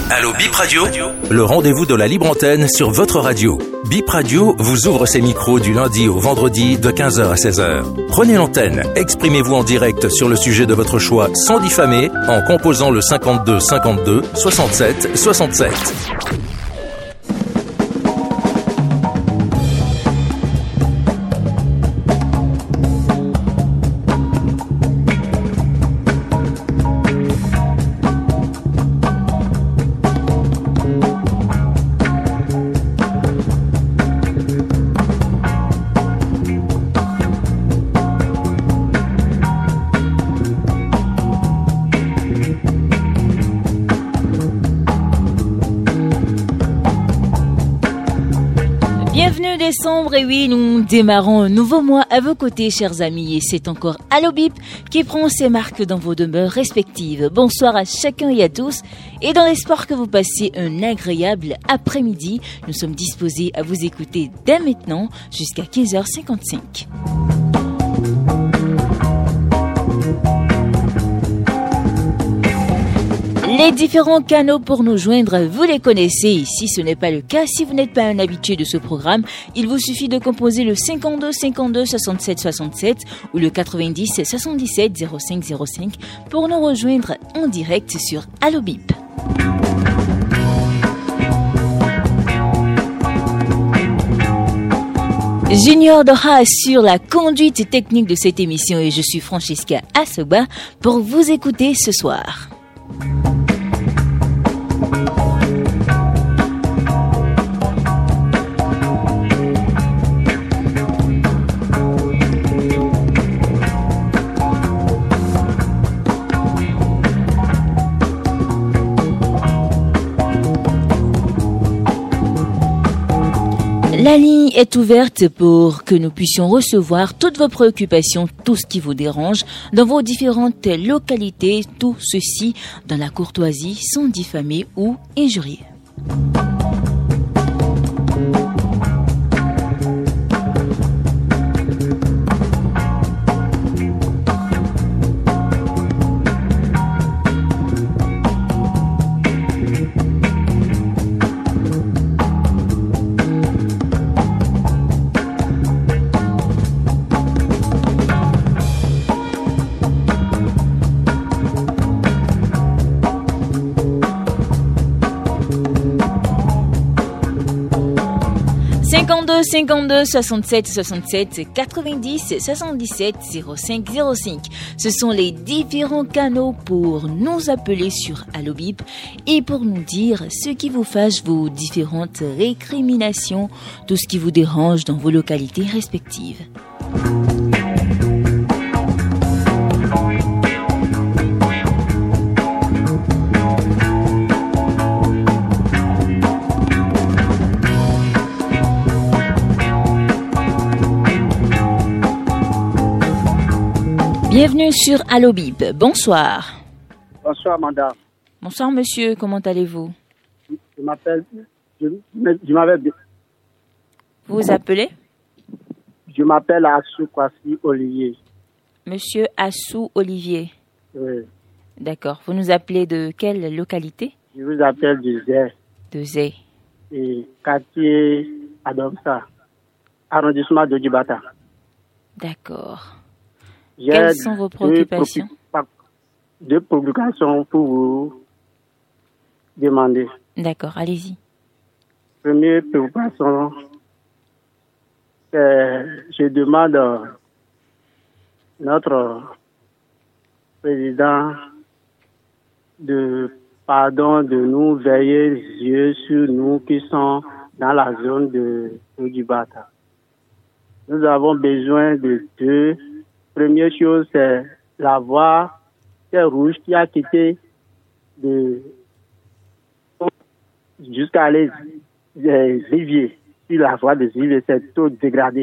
Allô Bip Radio, le rendez-vous de la libre antenne sur votre radio. Bip Radio vous ouvre ses micros du lundi au vendredi de 15h à 16h. Prenez l'antenne, exprimez-vous en direct sur le sujet de votre choix sans diffamer en composant le 52 52 67 67. Décembre, et oui, nous démarrons un nouveau mois à vos côtés, chers amis, et c'est encore Allo Bip qui prend ses marques dans vos demeures respectives. Bonsoir à chacun et à tous, et dans l'espoir que vous passiez un agréable après-midi, nous sommes disposés à vous écouter dès maintenant jusqu'à 15h55. Les différents canaux pour nous joindre, vous les connaissez. Si ce n'est pas le cas, si vous n'êtes pas un habitué de ce programme, il vous suffit de composer le 52 52 67 67 ou le 90 77 05 05 pour nous rejoindre en direct sur Allo Bip. Junior Dora assure la conduite technique de cette émission et je suis Francesca Assoba pour vous écouter ce soir. La ligne est ouverte pour que nous puissions recevoir toutes vos préoccupations, tout ce qui vous dérange dans vos différentes localités, tout ceci dans la courtoisie, sans diffamer ou injurier. « 52 67 67 90 77 05 05. Ce sont les différents canaux pour nous appeler sur Allo Bip et pour nous dire ce qui vous fâche, vos différentes récriminations, tout ce qui vous dérange dans vos localités respectives. Bienvenue sur Allo Bip. Bonsoir. Bonsoir, madame. Bonsoir, monsieur. Comment allez-vous? Je m'appelle... Vous vous appelez? Je m'appelle Assou Kwasi Olivier. Monsieur Assou Olivier. Oui. D'accord. Vous nous appelez de quelle localité? Je vous appelle de Zé. De Zé. Et quartier Adomsa, arrondissement de Djibata. D'accord. Quelles sont vos préoccupations? Deux préoccupations pour vous demander. D'accord, allez-y. Première préoccupation, je demande à notre président de pardon de nous veiller les yeux sur nous qui sont dans la zone de Djibata. Nous avons besoin de deux. Première chose, c'est la voie rouge qui a quitté jusqu'à les riviers. Sur la voie des riviers, c'est tout dégradé.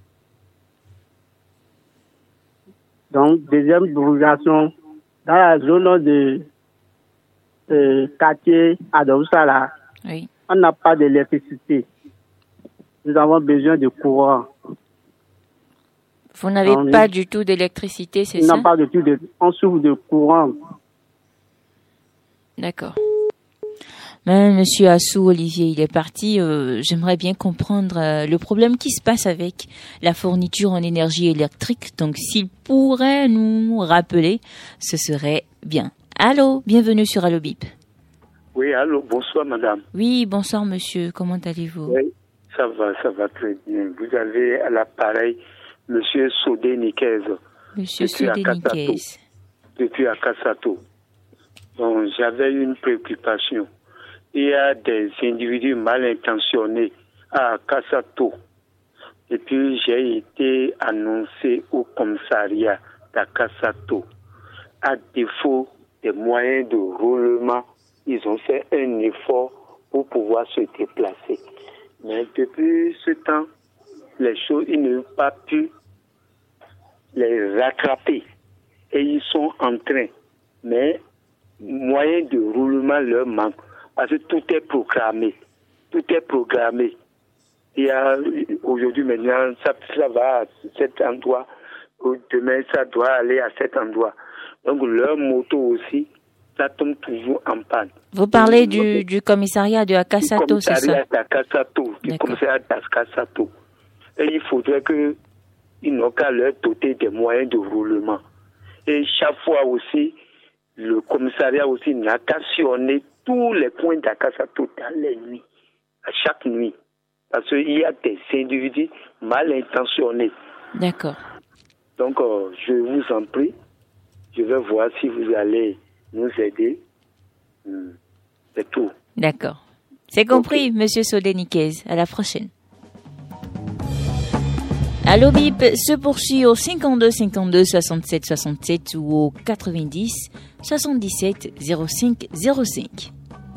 Donc, deuxième progression, dans la zone de quartier Adomsa, oui. On n'a pas d'électricité. Nous avons besoin de courant. Vous n'avez pas du tout d'électricité, c'est ça? On n'a pas du tout on souffre de courant. D'accord. Mais Monsieur Assou Olivier, il est parti. J'aimerais bien comprendre le problème qui se passe avec la fourniture en énergie électrique. Donc, s'il pourrait nous rappeler, ce serait bien. Allô, bienvenue sur Allo Bip. Oui, allô, bonsoir madame. Oui, bonsoir monsieur, comment allez-vous? Oui, ça va très bien. Vous avez à l'appareil monsieur Sodé Niquez. Monsieur Sodé Niquez. Depuis Akasato. Bon, j'avais une préoccupation. Il y a des individus mal intentionnés à Akasato. Et puis j'ai été annoncé au commissariat d'Akasato. À défaut des moyens de roulement, ils ont fait un effort pour pouvoir se déplacer. Mais depuis ce temps, les choses, ils n'ont pas pu les rattraper. Et ils sont en train. Mais moyens de roulement leur manque. Parce que tout est programmé. Tout est programmé. Il y a aujourd'hui maintenant, ça va à cet endroit. Demain, ça doit aller à cet endroit. Donc leur moto aussi, ça tombe toujours en panne. Vous parlez du commissariat de Akasato, c'est ça? Du commissariat d'Akasato. Et il faudrait qu'ils n'ont qu'à leur doter des moyens de roulement. Et chaque fois aussi, le commissariat aussi n'a qu'à sillonner tous les points d'Akasato dans les nuits, à chaque nuit. Parce qu'il y a des individus mal intentionnés. D'accord. Donc, je vous en prie, je vais voir si vous allez nous aider. C'est tout. D'accord. C'est compris, monsieur Sodé Niquez. À la prochaine. Allo Bip se poursuit au 52 52 67 67 ou au 90 77 05 05.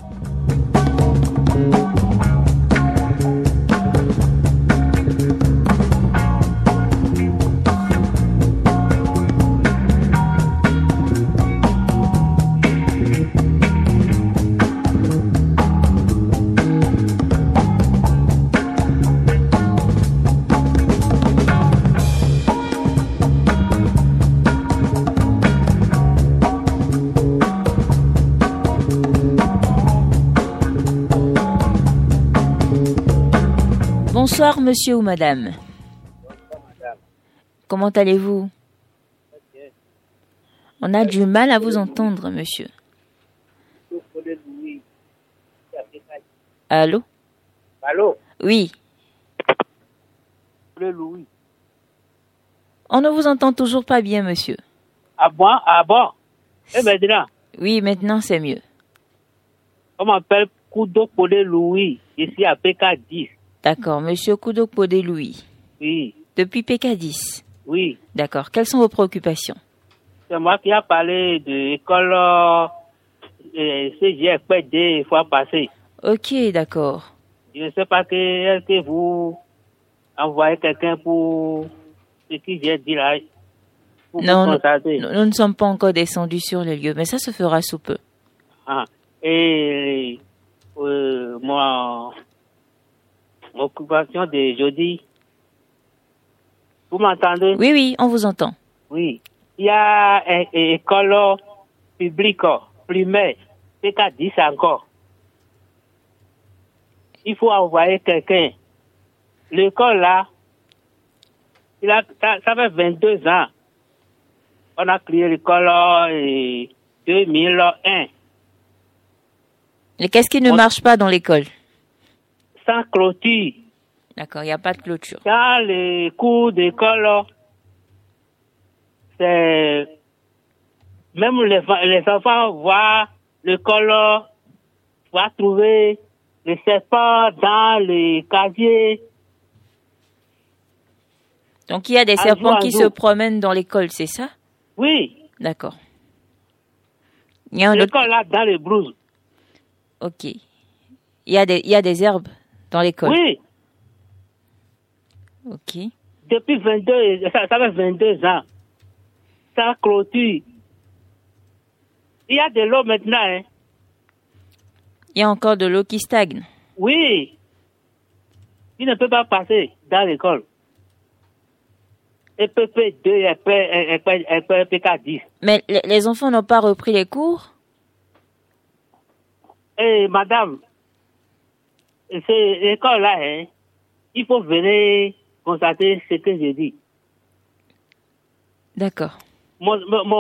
Bonsoir monsieur ou madame. Bonsoir madame. Comment allez-vous? On a du mal à vous entendre monsieur. Allô? Allô? Oui. Louis. On ne vous entend toujours pas bien monsieur. Ah bon? Ah bon? Et maintenant? Oui, maintenant c'est mieux. On m'appelle Koudopodé Louis, ici à PK10. D'accord, monsieur Koudopodé Louis. Oui. Depuis PK10. Oui. D'accord. Quelles sont vos préoccupations? C'est moi qui ai parlé de l'école CGFPD fois passée. Ok, d'accord. Je ne sais pas est-ce que vous envoyez quelqu'un pour ce que j'ai dit là. Non, nous ne sommes pas encore descendus sur le lieu, mais ça se fera sous peu. Ah. Et mon occupation de jeudi. Vous m'entendez? Oui, oui, on vous entend. Oui. Il y a une école publique, primaire, PK10 encore. Il faut envoyer quelqu'un. L'école là, ça fait 22 ans. On a créé l'école en 2001. Et qu'est-ce qui ne marche pas dans l'école? Sans clôture. D'accord, il n'y a pas de clôture. Dans les cours d'école, c'est même les enfants voient l'école, voient trouver les serpents dans les casiers. Donc il y a des serpents qui se promènent dans l'école, c'est ça? Oui. D'accord. L'école là dans les blouses. Ok. Il y a des herbes dans l'école. Oui. Ok. Depuis ça fait 22 ans. Ça clôture. Il y a de l'eau maintenant, hein. Il y a encore de l'eau qui stagne. Oui. Il ne peut pas passer dans l'école. Et PP2 et PK10. Mais les enfants n'ont pas repris les cours? madame, c'est l'école-là, hein. Il faut venir constater ce que j'ai dit. D'accord. Mon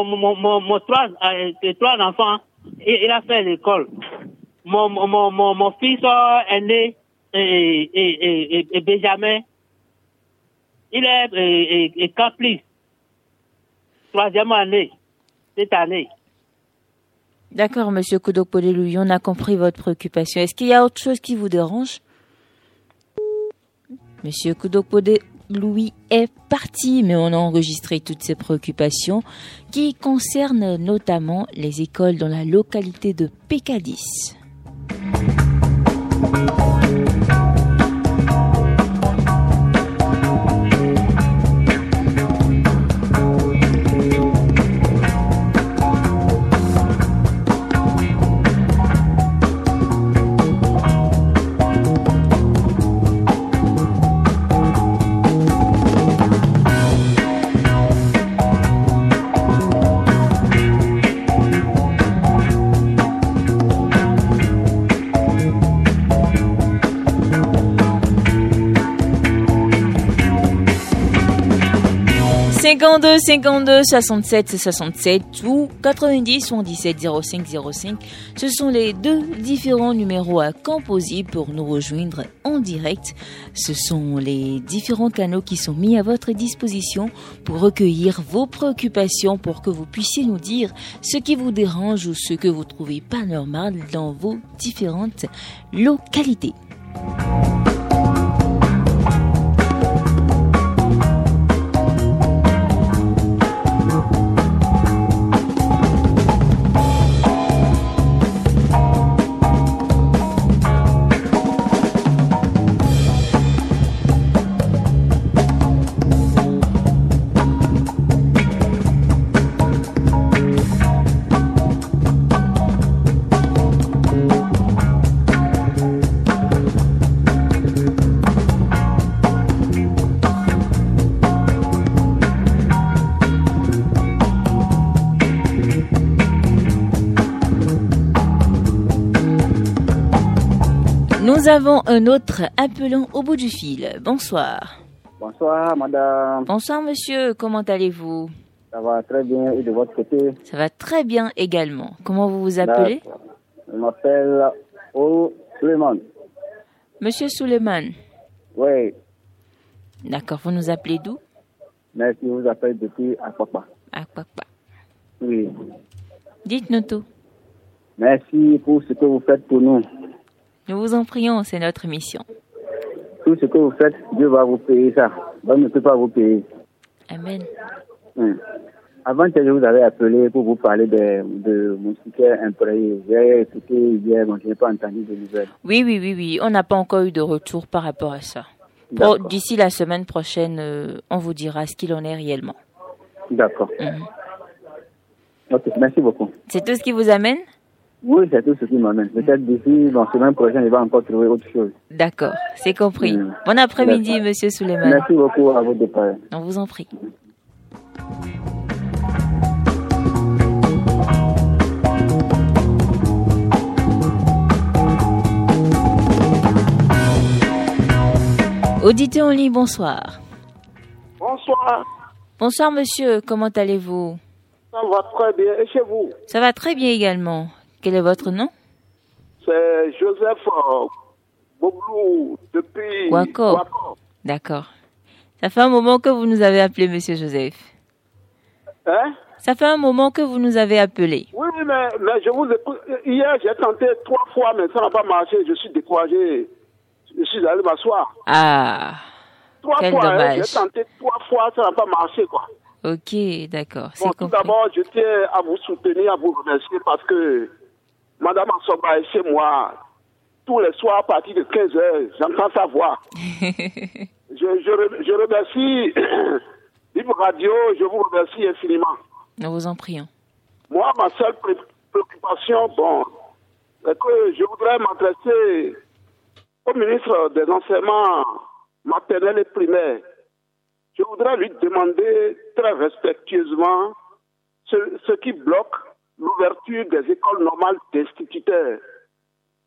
trois enfants, il a fait l'école. Mon fils aîné et Benjamin, il est campus. 3e année, cette année. D'accord, Monsieur Kodokpodé-Louis, on a compris votre préoccupation. Est-ce qu'il y a autre chose qui vous dérange? Monsieur Kodokpodé-Louis est parti, mais on a enregistré toutes ses préoccupations qui concernent notamment les écoles dans la localité de Pécadis. « 52 67 67 ou 90 77 05 05. Ce sont les deux différents numéros à composer pour nous rejoindre en direct. Ce sont les différents canaux qui sont mis à votre disposition pour recueillir vos préoccupations, pour que vous puissiez nous dire ce qui vous dérange ou ce que vous trouvez pas normal dans vos différentes localités. Nous avons un autre appelant au bout du fil. Bonsoir. Bonsoir, madame. Bonsoir, monsieur. Comment allez-vous? Ça va très bien. Et de votre côté? Ça va très bien également. Comment vous vous appelez? Je m'appelle Suleiman. Monsieur Suleiman. Oui. D'accord. Vous nous appelez d'où? Merci. Je vous appelle depuis Akpakpa. Akpakpa. Oui. Dites-nous tout. Merci pour ce que vous faites pour nous. Nous vous en prions, c'est notre mission. Tout ce que vous faites, Dieu va vous payer ça. Dieu ne peut pas vous payer. Amen. Avant que je vous avais appelé pour vous parler de mon sticker imprévu, j'ai écouté hier, mais je n'ai pas entendu de nouvelles. Oui. On n'a pas encore eu de retour par rapport à ça. D'ici la semaine prochaine, on vous dira ce qu'il en est réellement. D'accord. Ok, merci beaucoup. C'est tout ce qui vous amène? Oui, c'est tout ce qui m'amène. Peut-être d'ici, la semaine prochaine, il va encore trouver autre chose. D'accord, c'est compris. Bon après-midi, monsieur Suleiman. Merci beaucoup à vous de parler. On vous en prie. Auditeur en ligne, bonsoir. Bonsoir. Bonsoir, monsieur. Comment allez-vous? Ça va très bien. Et chez vous? Ça va très bien également. Quel est votre nom? C'est Joseph Boblou depuis Ouako. D'accord. Ça fait un moment que vous nous avez appelé, monsieur Joseph. Hein? Ça fait un moment que vous nous avez appelé. Oui, mais je vous écoute. Hier, j'ai tenté 3 fois, mais ça n'a pas marché. Je suis découragé. Je suis allé m'asseoir. Ah. 3 quel fois, dommage. J'ai tenté 3 fois, ça n'a pas marché, quoi. Ok, d'accord. Bon, tout d'abord, je tiens à vous soutenir, à vous remercier parce que Madame Assoba est chez moi. Tous les soirs, à partir de 15h, j'entends sa voix. je remercie Libre Radio, je vous remercie infiniment. Nous vous en prions. Moi, ma seule préoccupation, est que je voudrais m'adresser au ministre des Enseignements maternels et primaires. Je voudrais lui demander très respectueusement ce qui bloque l'ouverture des écoles normales d'instituteurs.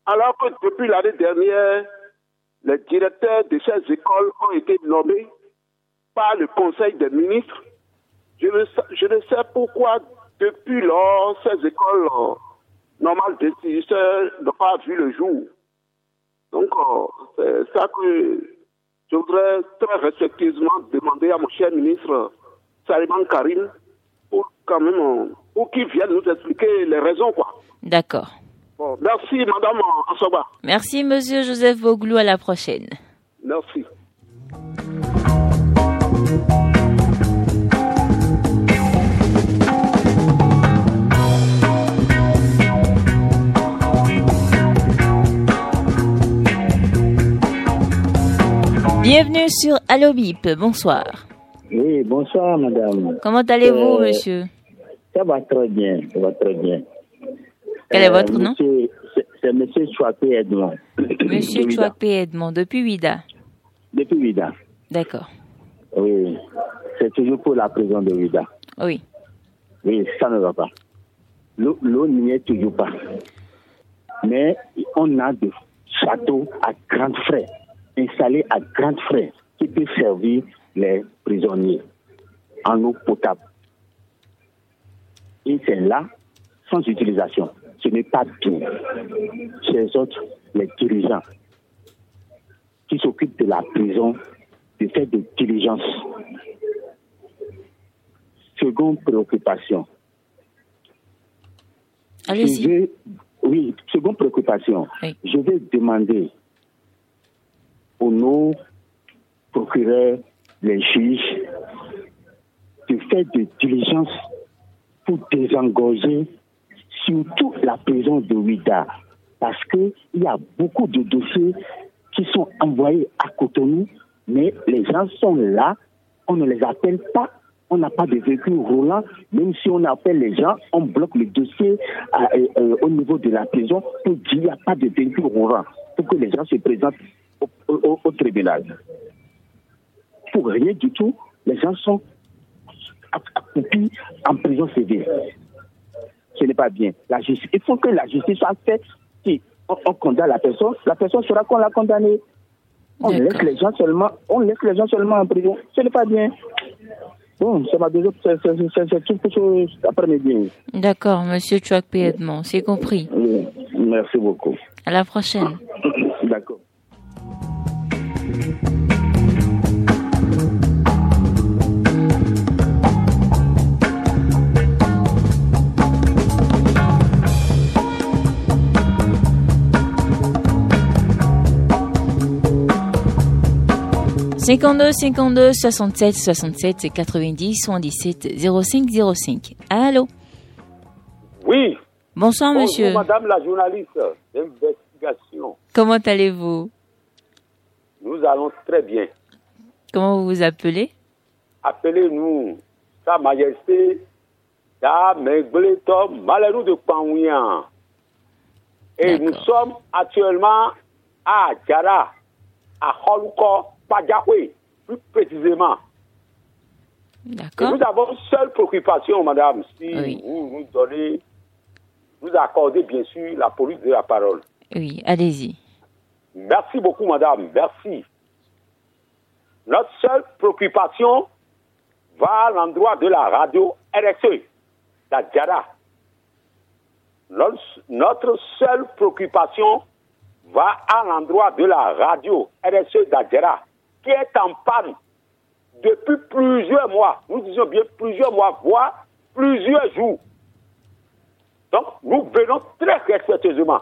alors que depuis l'année dernière, les directeurs de ces écoles ont été nommés par le Conseil des ministres. Je ne sais pourquoi, depuis lors, ces écoles normales d'instituteurs n'ont pas vu le jour. Donc, c'est ça que je voudrais très respectueusement demander à mon cher ministre Saliman Karim pour qu'il vienne nous expliquer les raisons, quoi. D'accord. Bon, merci, Madame Ansoba. Merci, Monsieur Joseph Voglou. À la prochaine. Merci. Bienvenue sur Allo Bip. Bonsoir. Oui, bonsoir, madame. Comment allez-vous, monsieur? Ça va très bien, ça va très bien. Quel est votre nom? C'est monsieur Chouapé Edmond. Monsieur Chouapé Edmond, depuis Ouida. Depuis Ouida. D'accord. Oui, c'est toujours pour la prison de Ouida. Oui. Oui, ça ne va pas. L'eau n'y est toujours pas. Mais on a des châteaux à grands frais, installés à grands frais, qui peuvent servir les prisonniers en eau potable. Et c'est là, sans utilisation. Ce n'est pas bien. Chez les autres, les dirigeants qui s'occupent de la prison, de faire des diligences. Seconde préoccupation. Allez-y. Seconde préoccupation. Oui. Je vais demander aux nos procureurs, les juges, de faire des diligences pour désengorger surtout la prison de Ouida. Parce qu'il y a beaucoup de dossiers qui sont envoyés à Cotonou, mais les gens sont là, on ne les appelle pas, on n'a pas de véhicules roulants, même si on appelle les gens, on bloque le dossier au niveau de la prison pour dire qu'il n'y a pas de véhicules roulants, pour que les gens se présentent au tribunal. Pour rien du tout, les gens sont accroupis en prison civile. Ce n'est pas bien. La justice, il faut que la justice soit faite. Si on condamne la personne sera qu'on l'a condamnée. On laisse les gens seulement en prison. Ce n'est pas bien. Bon, c'est toute chose après-midi. D'accord, monsieur Chouapé Edmond, c'est compris. Oui, merci beaucoup. À la prochaine. D'accord. « 52 67 67 90 77 05 05. Allô? Oui. Bonsoir, monsieur. Bonjour, madame la journaliste d'investigation. Comment allez-vous? Nous allons très bien. Comment vous vous appelez? Appelez-nous Sa Majesté Damegletom Malerou de Panouyan. Et nous sommes actuellement à Djara, à Holko, Padjahoué, plus précisément. D'accord. Et nous avons une seule préoccupation, madame, si vous nous accordez bien sûr la police de la parole. Oui, allez-y. Merci beaucoup, madame, merci. Notre seule préoccupation va à l'endroit de la radio RSE, d'Adjara. Notre seule préoccupation va à l'endroit de la radio RSE d'Adjara, qui est en panne depuis plusieurs mois. Nous disons bien plusieurs mois, voire plusieurs jours. Donc, nous venons très respectueusement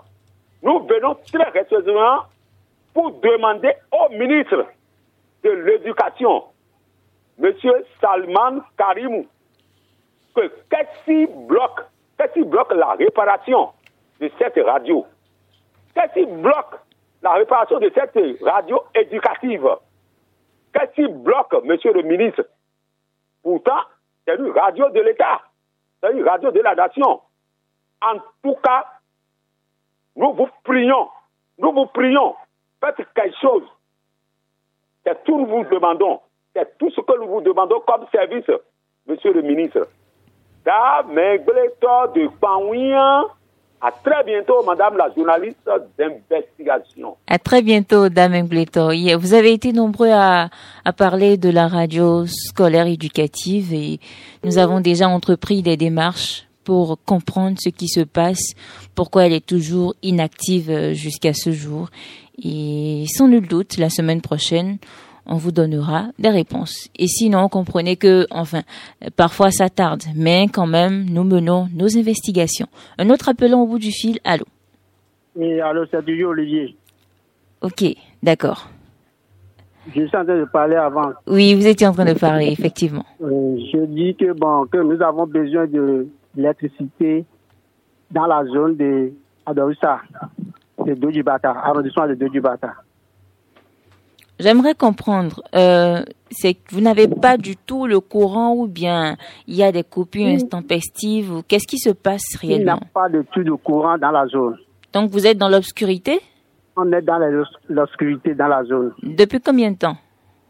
pour demander au ministre de l'Éducation, M. Saliman Karim, qu'est-ce qui bloque la réparation de cette radio? Qu'est-ce qui bloque la réparation de cette radio éducative? Qu'est-ce qui bloque, monsieur le ministre? Pourtant, c'est une radio de l'État, c'est une radio de la nation. En tout cas, nous vous prions, faites quelque chose. C'est tout nous vous demandons, c'est tout ce que nous vous demandons comme service, monsieur le ministre. Da Megleto de Panouyan, À très bientôt, madame la journaliste d'investigation. À très bientôt, Dame Ngleto. Vous avez été nombreux à parler de la radio scolaire éducative et nous avons déjà entrepris des démarches pour comprendre ce qui se passe, pourquoi elle est toujours inactive jusqu'à ce jour. Et sans nul doute, la semaine prochaine, on vous donnera des réponses. Et sinon, comprenez que, parfois ça tarde, mais quand même, nous menons nos investigations. Un autre appelant au bout du fil, allô? Et allô, c'est toujours Olivier. Ok, d'accord. Je suis en train de parler avant. Oui, vous étiez en train de parler, effectivement. Je dis que nous avons besoin de l'électricité dans la zone de Adoussa, de Dodjibata, arrondissement de Dodjibata. J'aimerais comprendre, c'est que vous n'avez pas du tout le courant ou bien il y a des coupures intempestives ou qu'est-ce qui se passe réellement? Il n'y a pas de tout de courant dans la zone. Donc vous êtes dans l'obscurité? On est dans l'obscurité dans la zone. Depuis combien de temps?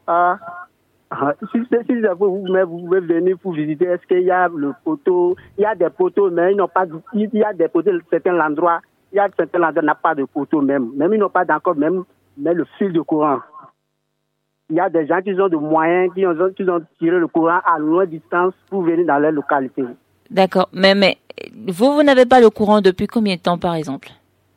Si vous pouvez venir pour visiter, est-ce qu'il y a le poteau? Il y a des poteaux, mais ils n'ont pas. Il y a des poteaux à certains endroits. Il y a certains endroits qui n'ont pas de poteau même. Même ils n'ont pas encore même le fil de courant. Il y a des gens qui ont des moyens, qui ont tiré le courant à longue distance pour venir dans leur localité. D'accord. Mais vous n'avez pas le courant depuis combien de temps, par exemple?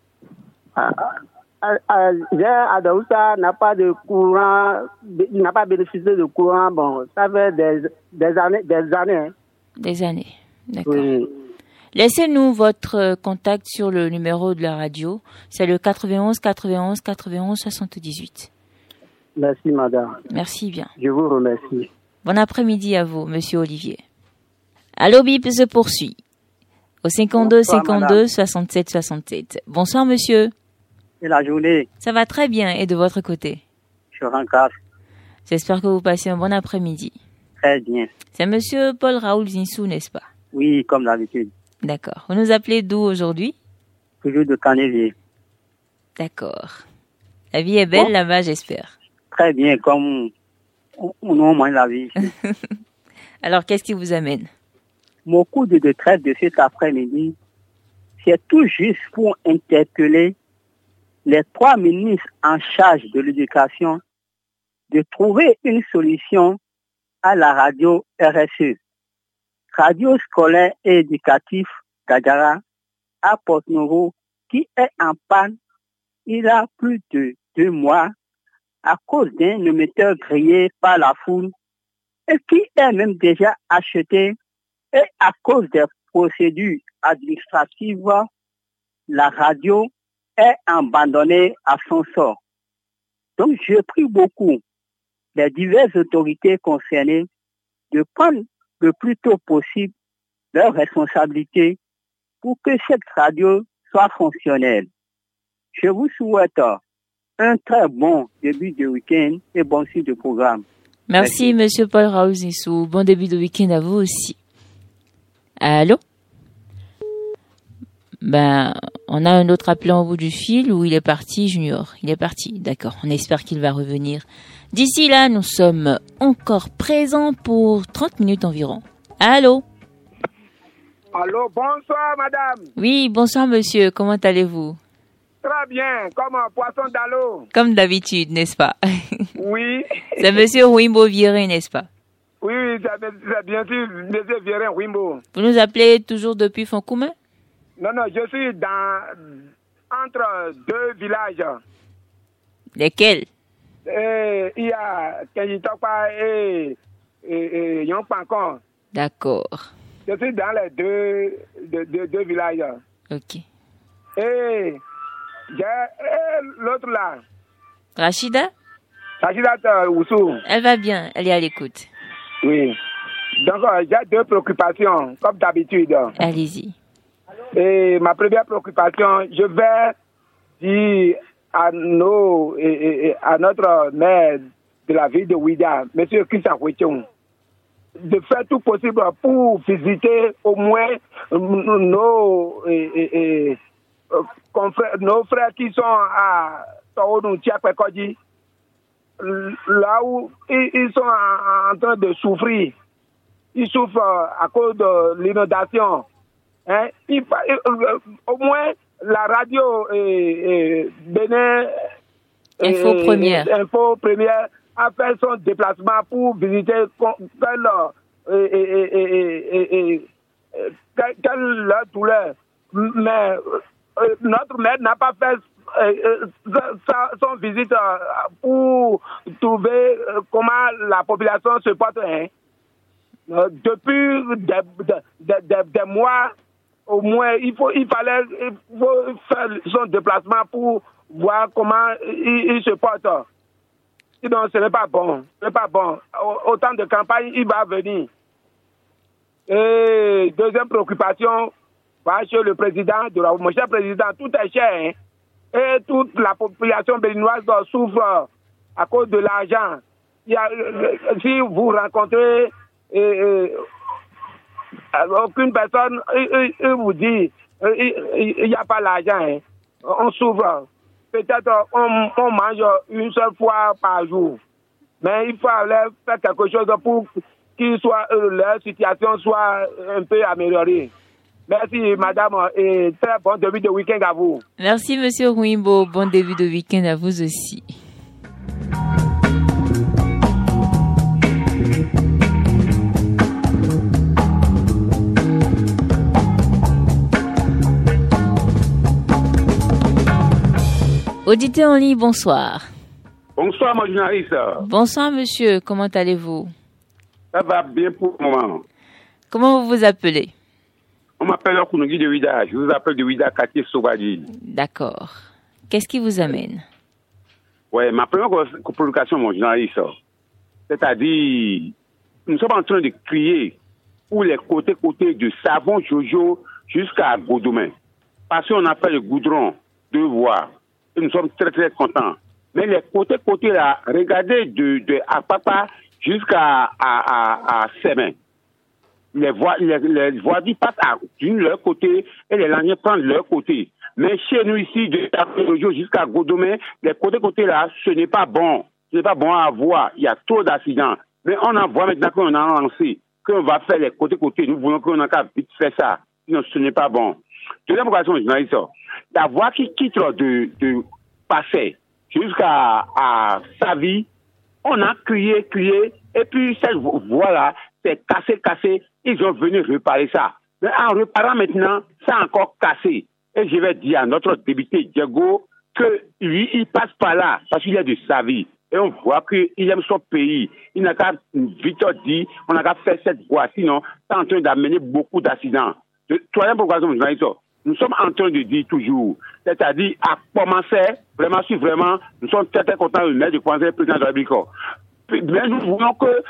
Adoussa n'a pas de courant, il n'a pas bénéficié de courant. Bon, ça fait des années. Hein. Des années, d'accord. Oui. Laissez-nous votre contact sur le numéro de la radio. C'est le 91 91 91 78. Merci, madame. Merci bien. Je vous remercie. Bon après-midi à vous, monsieur Olivier. Allô, Bip se poursuit. Au 52 Bonsoir, 52 madame. 67 67. Bonsoir, monsieur. Et la journée, Ça va très bien. Et de votre côté? je rencontre J'espère que vous passez un bon après-midi. très bien. C'est monsieur Paul Raoul Zinsou, n'est-ce pas? Oui, comme d'habitude. D'accord. Vous nous appelez d'où aujourd'hui? Toujours de Canévier. D'accord. La vie est belle Bon. là-bas, j'espère. Très bien, comme on moins la vie. Alors, qu'est-ce qui vous amène? Mon coup de détresse de cet après-midi, c'est tout juste pour interpeller les 3 ministres en charge de l'éducation de trouver une solution à la radio RSE, radio scolaire et éducatif d'Agara à Port-Novo, qui est en panne il y a plus de 2 mois à cause d'un émetteur grillé par la foule et qui est même déjà acheté, et à cause des procédures administratives, la radio est abandonnée à son sort. Donc, je prie beaucoup les diverses autorités concernées de prendre le plus tôt possible leurs responsabilités pour que cette radio soit fonctionnelle. Je vous souhaite un très bon début de week-end et bon suite de programme. Merci, monsieur Paul Raoul Zinsou. Bon début de week-end à vous aussi. Allô? On a un autre appelant au bout du fil où il est parti, Junior. Il est parti, d'accord. On espère qu'il va revenir. D'ici là, nous sommes encore présents pour 30 minutes environ. Allô? Allô, bonsoir, madame. Oui, bonsoir, monsieur. Comment allez-vous? Très bien, comme un poisson d'allô. Comme d'habitude, n'est-ce pas? Oui. C'est monsieur Wimbo Viré, n'est-ce pas? Oui, c'est bien sûr, monsieur Viren Wimbo. Vous nous appelez toujours depuis Fonkoumé? Non, je suis entre 2 villages. Lesquels? Il y a Kenjitokpa et Yongpankon. D'accord. Je suis dans les deux villages. Ok. Et l'autre là. Rachida Oussou. Elle va bien, elle est à l'écoute. Oui. Donc, j'ai 2 préoccupations, comme d'habitude. Allez-y. Et ma première préoccupation, je vais dire à notre maire de la ville de Ouida, M. Christian Huichon, de faire tout possible pour visiter au moins nos frères qui sont à Taonou Tchapekodi, là où ils sont en train de souffrir. Ils souffrent à cause de l'inondation. Hein? Au moins, la radio Bénin Info Première a fait son déplacement pour visiter quelle douleur. Mais notre maire n'a pas fait son visite pour trouver comment la population se porte. Hein. Depuis des mois, au moins, il faut faire son déplacement pour voir comment il se porte. Sinon, ce n'est pas bon. Ce n'est pas bon. Autant de campagne, il va venir. Et deuxième préoccupation, va chez le président de la... Mon cher président, tout est cher. Hein? Et toute la population béninoise souffre à cause de l'argent. Si vous rencontrez aucune personne, il vous dit il n'y a pas l'argent. Hein? On souffre. Peut-être on mange une seule fois par jour. Mais il faut aller faire quelque chose pour que leur situation soit un peu améliorée. Merci, madame, et très bon début de week-end à vous. Merci, monsieur Rouimbo. Bon début de week-end à vous aussi. Auditeur en ligne, bonsoir. Bonsoir, mon journaliste. Bonsoir, monsieur. Comment allez-vous? Ça va bien pour le moment. Comment vous vous appelez? On m'appelle Okunogui de Ouida. Je vous appelle de Ouida, quartier Sobadi. D'accord. Qu'est-ce qui vous amène? Ouais, ma première provocation, mon journaliste, c'est-à-dire, nous sommes en train de crier pour les côtés de Savon Jojo jusqu'à Godomain. Parce qu'on a fait le goudron de voies. Et nous sommes très, très contents. Mais les côtés là, regardez de Apapa jusqu'à Semen. Les voies passent d'une leur côté et les laniers prennent de leur côté. Mais chez nous ici, de Savon jusqu'à Godomain, les côtés là, ce n'est pas bon. Ce n'est pas bon à voir. Il y a trop d'accidents. Mais on en voit maintenant qu'on a lancé, qu'on va faire les côtés. Nous voulons qu'on a qu'à vite faire ça. Sinon, ce n'est pas bon. Deuxième occasion, journaliste, la voie qui quitte de Passé jusqu'à Savi, on a crié, et puis cette voie-là, c'est cassé. Ils ont venu réparer ça. Mais en réparant maintenant, ça a encore cassé. Et je vais dire à notre député Diego que lui, il passe par là, parce qu'il est de Savi. Et on voit qu'il aime son pays. Il n'a qu'à vite dire, on n'a qu'à faire cette voie, sinon, c'est en train d'amener beaucoup d'accidents. Troisième occasion, nous sommes en train de dire toujours, c'est-à-dire à commencer, vraiment, nous sommes très très contents de mettre le conseil président de la République. Mais nous voulons que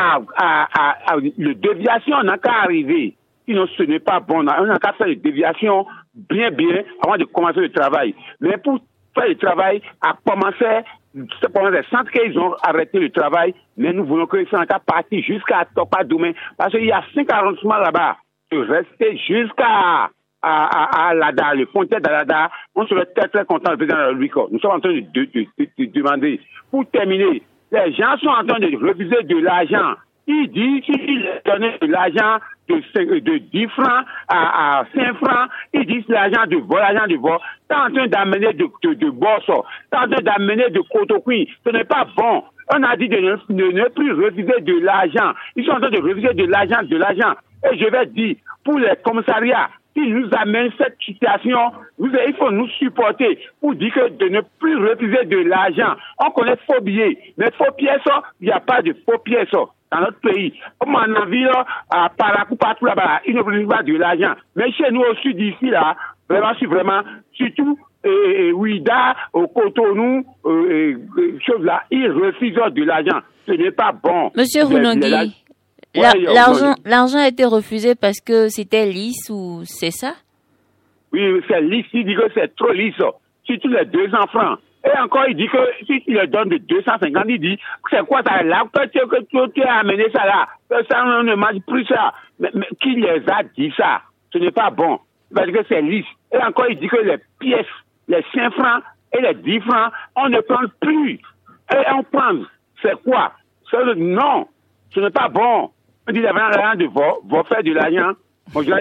le déviation n'a qu'à arriver. Sinon, ce n'est pas bon. On n'a qu'à faire les déviations bien avant de commencer le travail. Mais pour faire le travail, à commencer, c'est pendant les centres qu'ils ont arrêté le travail, mais nous voulons que ça n'a qu'à partir jusqu'à Topa Domain, parce qu'il y a 5 arrondissements là-bas. De rester jusqu'à Lada, le Pontet d'Alada, on serait très très content du président de la République. Nous sommes en train de demander. Pour terminer, les gens sont en train de refuser de l'argent. Ils disent qu'ils donnent de l'argent de 10 francs à 5 francs. Ils disent l'argent de vol. C'est en train d'amener de Bosso. C'est en train d'amener de Kotokui. Ce n'est pas bon. On a dit de ne plus refuser de l'argent. Ils sont en train de refuser de l'argent. Et je vais dire, pour les commissariats, s'ils nous amènent cette situation, il faut nous supporter pour dire que de ne plus refuser de l'argent. On connaît faux billets, mais faux pièces, il n'y a pas de faux pièces dans notre pays. Comme en ville, à Parakou, partout là-bas, ils ne refusent pas de l'argent. Mais chez nous au sud d'ici, là, vraiment, surtout, Ouida, au Cotonou, choses là, ils refusent de l'argent. Ce n'est pas bon. Monsieur Rounongui, l'argent a été refusé parce que c'était lisse ou c'est ça? Oui, c'est lisse. Il dit que c'est trop lisse. Surtout les 200 francs. Et encore, il dit que si il le donne de 250, il dit, c'est quoi ça là? Que tu as amené ça là? Ça, on ne mange plus ça. Mais qui les a dit ça? Ce n'est pas bon. Parce que c'est lisse. Et encore, il dit que les pièces, les 5 francs et les 10 francs, on ne prend plus. Et on prend. C'est quoi? Non. Ce n'est pas bon. On dit l'argent de vos faire de l'argent. Mon journaliste,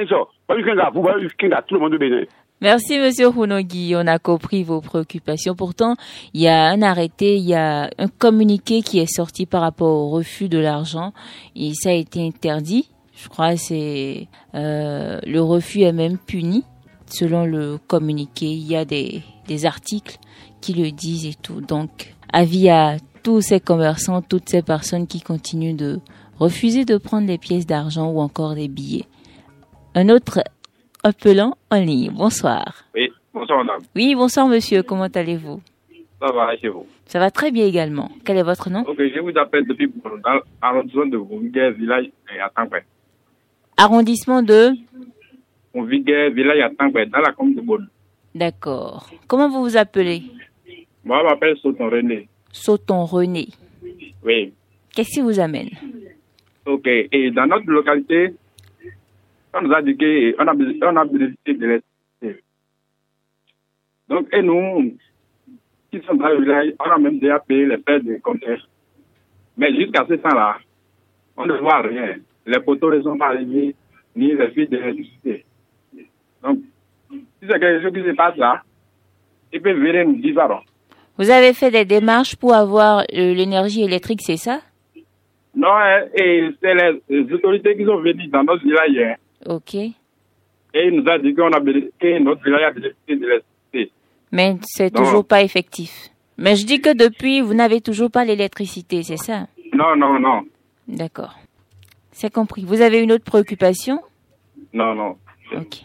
Tout le monde bénin. Merci, Monsieur Hunogui. On a compris vos préoccupations. Pourtant, il y a un arrêté, il y a un communiqué qui est sorti par rapport au refus de l'argent et ça a été interdit. Je crois que c'est le refus est même puni. Selon le communiqué, il y a des articles qui le disent et tout. Donc, avis à tous ces commerçants, toutes ces personnes qui continuent de refuser de prendre des pièces d'argent ou encore des billets. Un autre appelant en ligne. Bonsoir. Oui, bonsoir madame. Oui, bonsoir monsieur. Comment allez-vous? Ça va chez vous? Ça va très bien également. Quel est votre nom? Ok, je vous appelle depuis dans l'arrondissement de Viguer, village à Tangbe. Arrondissement de Viguer, village à Tangbe, dans la commune de Bonne. D'accord. Comment vous vous appelez? Moi, je m'appelle Sauton René. Sauton René. Oui. Qu'est-ce qui vous amène? Ok, et dans notre localité, on nous a dit qu'on a bénéficié de l'électricité. Donc, et nous, qui sommes dans le village, on a même déjà payé les frais de compteur. Mais jusqu'à ce temps-là, on ne voit rien. Les poteaux ne sont pas arrivés, ni les fils de l'électricité. Donc, si c'est quelque chose qui se passe là, ils peuvent venir nous dire pardon. Vous avez fait des démarches pour avoir l'énergie électrique, c'est ça? Non, et c'est les autorités qui sont venues dans notre village hier. Ok. Et ils nous ont dit que notre village a bénéficié de l'électricité. Mais c'est toujours pas effectif. Mais je dis que depuis, vous n'avez toujours pas l'électricité, c'est ça? Non, non, non. D'accord. C'est compris. Vous avez une autre préoccupation? Non, non. Ok.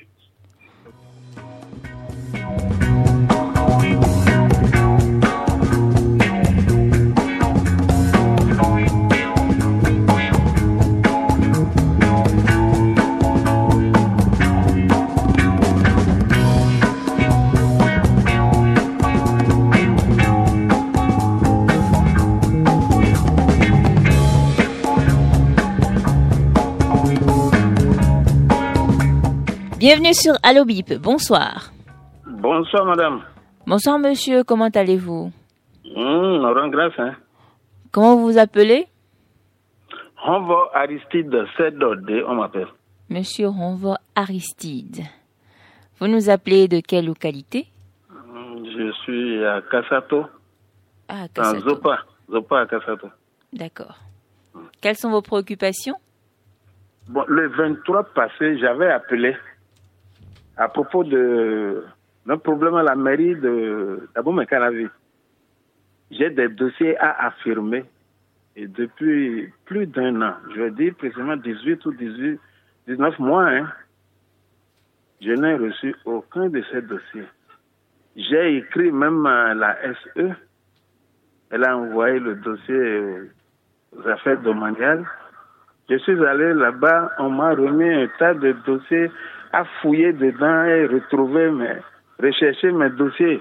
Bienvenue sur Allo Bip. Bonsoir. Bonsoir, madame. Bonsoir, monsieur. Comment allez-vous? On rend grâce, hein. Comment vous vous appelez? Honvo Aristide Sedode, on m'appelle. Monsieur Honvo Aristide. Vous nous appelez de quelle localité? Je suis à Kassato. Ah, Kassato. Zopa à Kassato. D'accord. Quelles sont vos préoccupations? Bon, le 23 passé, j'avais appelé à propos d'un problème à la mairie d'Abomey-Calavi. J'ai des dossiers à affirmer et depuis plus d'un an, je veux dire précisément 18 ou 19 mois, hein, je n'ai reçu aucun de ces dossiers. J'ai écrit même à la SE, elle a envoyé le dossier aux affaires domaniales. Je suis allé là-bas, on m'a remis un tas de dossiers à fouiller dedans et rechercher mes dossiers.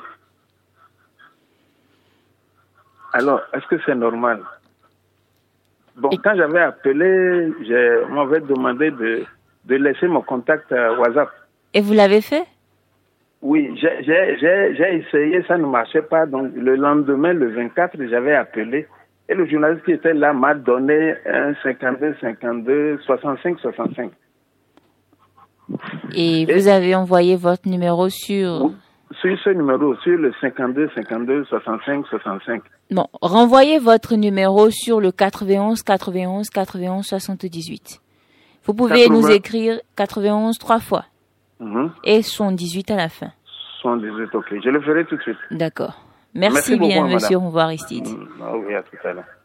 Alors, est-ce que c'est normal? Bon, quand j'avais appelé, on m'avait demandé de laisser mon contact WhatsApp. Et vous l'avez fait? Oui, j'ai essayé, ça ne marchait pas. Donc, le lendemain, le 24, j'avais appelé. Et le journaliste qui était là m'a donné un 52, 52, 65, 65. Et vous avez envoyé votre numéro sur ce numéro, sur le 52, 52, 65, 65. Bon, renvoyez votre numéro sur le 91, 91, 91, 78. Vous pouvez nous écrire 91 3 fois. Et 78 à la fin. 78, ok. Je le ferai tout de suite. D'accord. Merci bien, beaucoup, monsieur Honvo Aristide. Oui, à tout à l'heure.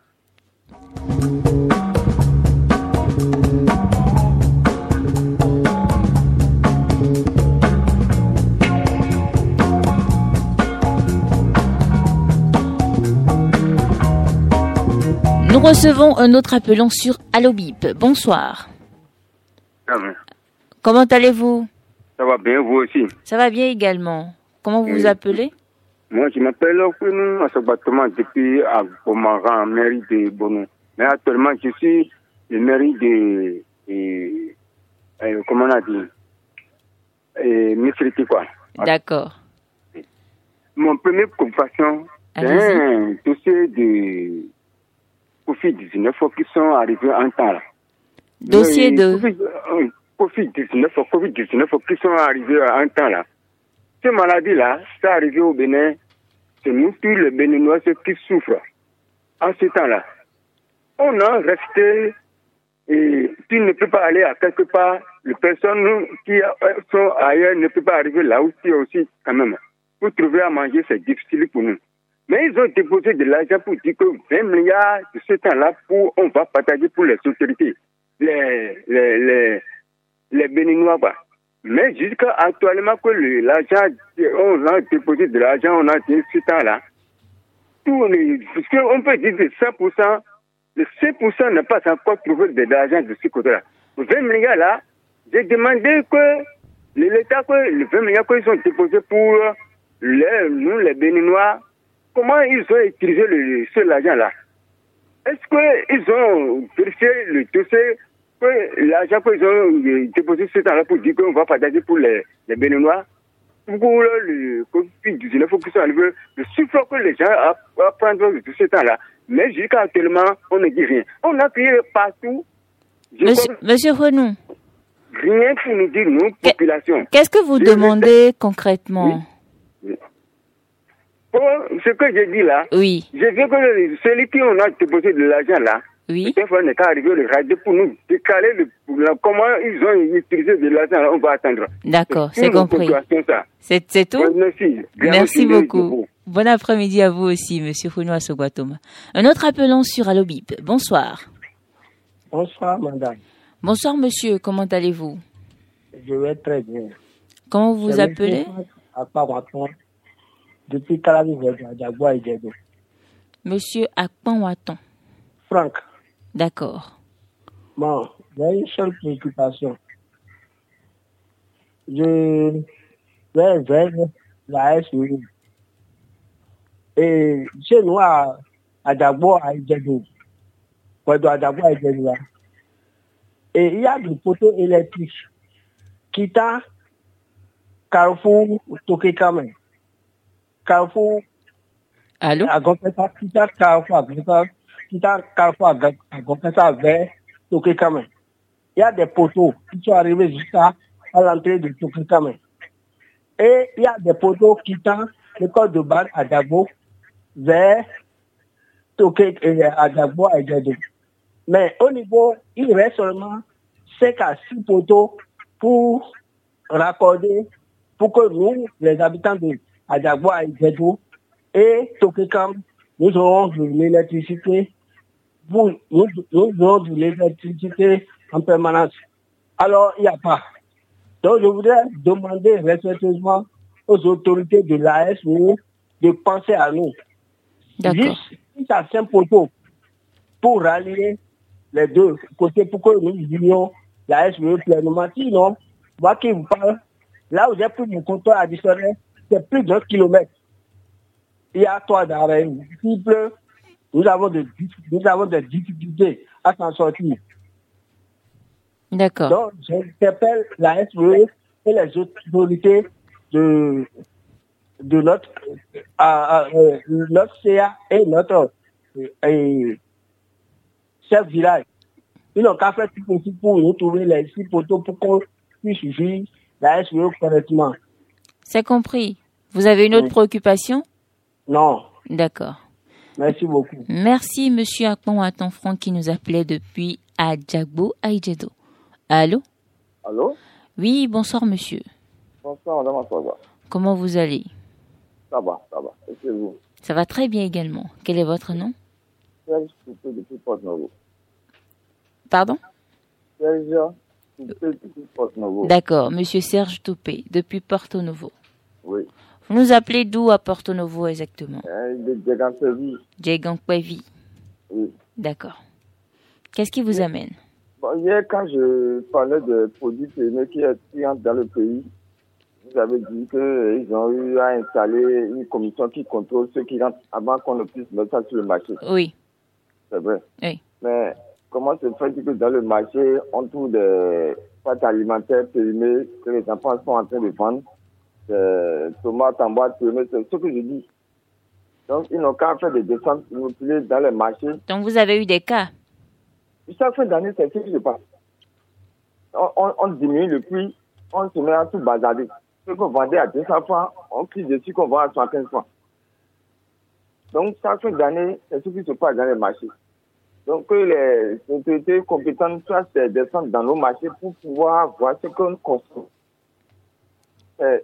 Nous recevons un autre appelant sur Allo Bip. Bonsoir. Comment allez-vous? Ça va bien, vous aussi? Ça va bien également. Comment vous vous appelez? Moi, je m'appelle Okunou Assobatement depuis à Bomaran, mairie de Bono. Mais actuellement, je suis le mairie de... comment on a dit? Misriti, quoi. D'accord. Mon première préoccupation, c'est un dossier de Covid-19 qui sont arrivés en temps, là. Dossier de... Covid-19 qui sont arrivés à un temps là. Ces maladies-là, ça arrivé au Bénin, c'est nous tous les Béninois ceux qui souffrent. En ce temps-là, on a resté et tu ne peux pas aller à quelque part. Les personnes qui sont ailleurs ne peuvent pas arriver là aussi quand même. Pour trouver à manger, c'est difficile pour nous. Mais ils ont déposé de l'argent pour dire que 20 milliards de ce temps-là, on va partager pour les autorités, les Béninois. Mais jusqu'à actuellement que l'argent, on a déposé de l'argent, on a dit ce temps-là, parce qu'on peut dire que 100%, le 5% n'a pas encore trouvé de l'argent de ce côté-là. 20 milliards là, j'ai demandé que l'État, que les 20 milliards qu'ils ont déposés pour nous, les Béninois, comment ils ont utilisé cet argent-là? Est-ce qu'ils ont vérifié le dossier, que l'argent qu'ils ont déposé ce temps-là pour dire qu'on va partager pour les Béninois? Pour le Covid-19, il faut que ça arrive, le souffle que les gens apprennent de ce temps-là. Mais jusqu'à actuellement, on ne dit rien. On a crié partout. Monsieur Renou. Rien pour nous dire, nous, population. Qu'est-ce que vous demandez concrètement? Oui. Pour ce que j'ai dit là, oui. Je veux que celui qui on a déposé de l'argent là, oui. Une fois n'est qu'à arriver le radio pour nous décaler comment ils ont utilisé de l'argent là, on va attendre. D'accord, c'est compris. C'est tout? Merci. Merci beaucoup. Bon après-midi à vous aussi, Monsieur Renou Asogwatoma. Un autre appelant sur Allo Bip. Bonsoir. Bonsoir, madame. Bonsoir, monsieur. Comment allez-vous? Je vais très bien. Comment vous vous appelez? Depuis Calavi, Djagboa et Djedo. Monsieur Akpanwaton. Franck. D'accord. Bon, j'ai une seule préoccupation. Je vais vers la SUV. Et chez nous, à Djagboa et Djedo. Et il y a des poteaux électriques qui t'a Carrefour Tokekame. Carrefour. Allô? Qui t'a Carrefour vers Tokekame. Il y a des poteaux qui sont arrivés jusqu'à l'entrée de Tokekame. Et il y a des poteaux qui t'a l'école de base à Djagbo vers Djagbo et Djedo. Mais au niveau, il reste seulement 5 à 6 poteaux pour raccorder, pour que nous, les habitants de Adjagboa et Djedo et Tokekam, nous aurons de l'électricité, nous aurons de l'électricité en permanence. Alors, il n'y a pas. Donc, je voudrais demander respectueusement aux autorités de l'ASE de penser à nous. D'accord. Juste 6 à 5 poteaux pour rallier les deux côtés pour que nous vivions la SVE pleinement. Sinon, moi qui vous parle, là où j'ai pris mon compteur additionnel, c'est plus d'1 kilomètre. Il y a 3 d'arrêt. S'il pleut, nous avons des difficultés à s'en sortir. D'accord. Donc, j'appelle la SVE et les autorités de notre CA et notre chef village. Ils n'ont qu'à faire tout possible pour nous trouver les 6 poteaux pour qu'on puisse suivre la SVE correctement. C'est compris. Vous avez une autre préoccupation? Non. D'accord. Merci beaucoup. Merci, monsieur Akpanwaton Franck qui nous appelait depuis Adjagbo Aïdjedo. Allô? Allô? Oui, bonsoir, monsieur. Bonsoir, madame Asogwa. Comment vous allez? Ça va. Et c'est vous? Ça va très bien également. Quel est votre nom? Serge Toupé depuis Porto-Novo. Pardon? Serge Toupé depuis Porto-Novo. D'accord, monsieur Serge Toupé depuis Porto-Novo. Oui. Vous nous appelez d'où à Porto-Novo exactement? De Djegankwevi. Djegankwevi. Oui. D'accord. Qu'est-ce qui vous amène? Bon, hier, quand je parlais de produits périmés qui entrent dans le pays, vous avez dit qu'ils ont eu à installer une commission qui contrôle ceux qui rentrent avant qu'on ne puisse mettre ça sur le marché. Oui. C'est vrai. Oui. Mais comment se fait que dans le marché, on trouve des pâtes alimentaires périmées que les enfants sont en train de vendre, des tomates en boîte périmées, c'est ce que je dis. Donc, ils n'ont qu'à faire des descentes immobilières dans les marchés. Donc, vous avez eu des cas? Chaque fin d'année, c'est ce qui se passe. on diminue le prix, on se met à tout bazarder. Ce qu'on vendait à 200 francs, on crie dessus qu'on vend à 115 francs. Donc, chaque fin d'année, c'est ce qui se passe dans les marchés. Donc, que les autorités compétentes fassent descendre dans nos marchés pour pouvoir voir ce qu'on consomme. C'est